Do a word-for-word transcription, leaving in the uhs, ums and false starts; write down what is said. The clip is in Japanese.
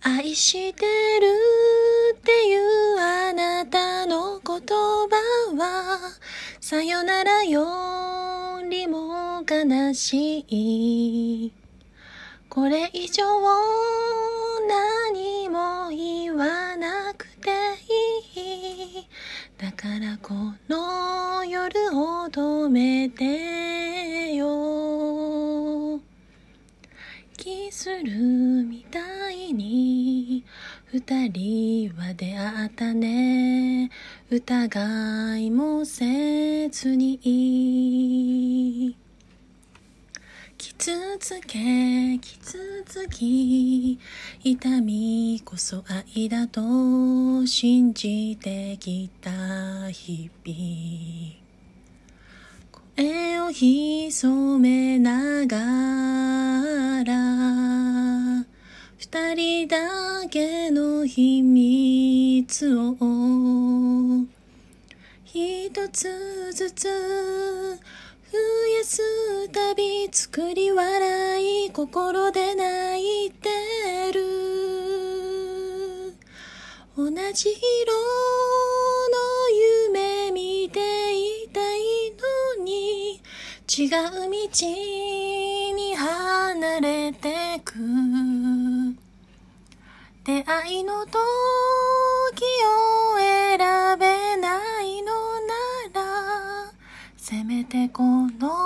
愛してるっていうあなたの言葉はさよならよりも悲しい。これ以上何も言わなくていい。だからこの夜を止めてよ。息するみたいに二人は出会ったね。疑いもせずに傷つけ傷つき痛みこそ愛だと信じてきた日々、声を潜めながら二人だけの秘密を一つずつ増やすたび作り笑い心で泣いてる。同じ色の夢見ていたいのに違う道に離れてく。出会いの時を選べないのならせめてこの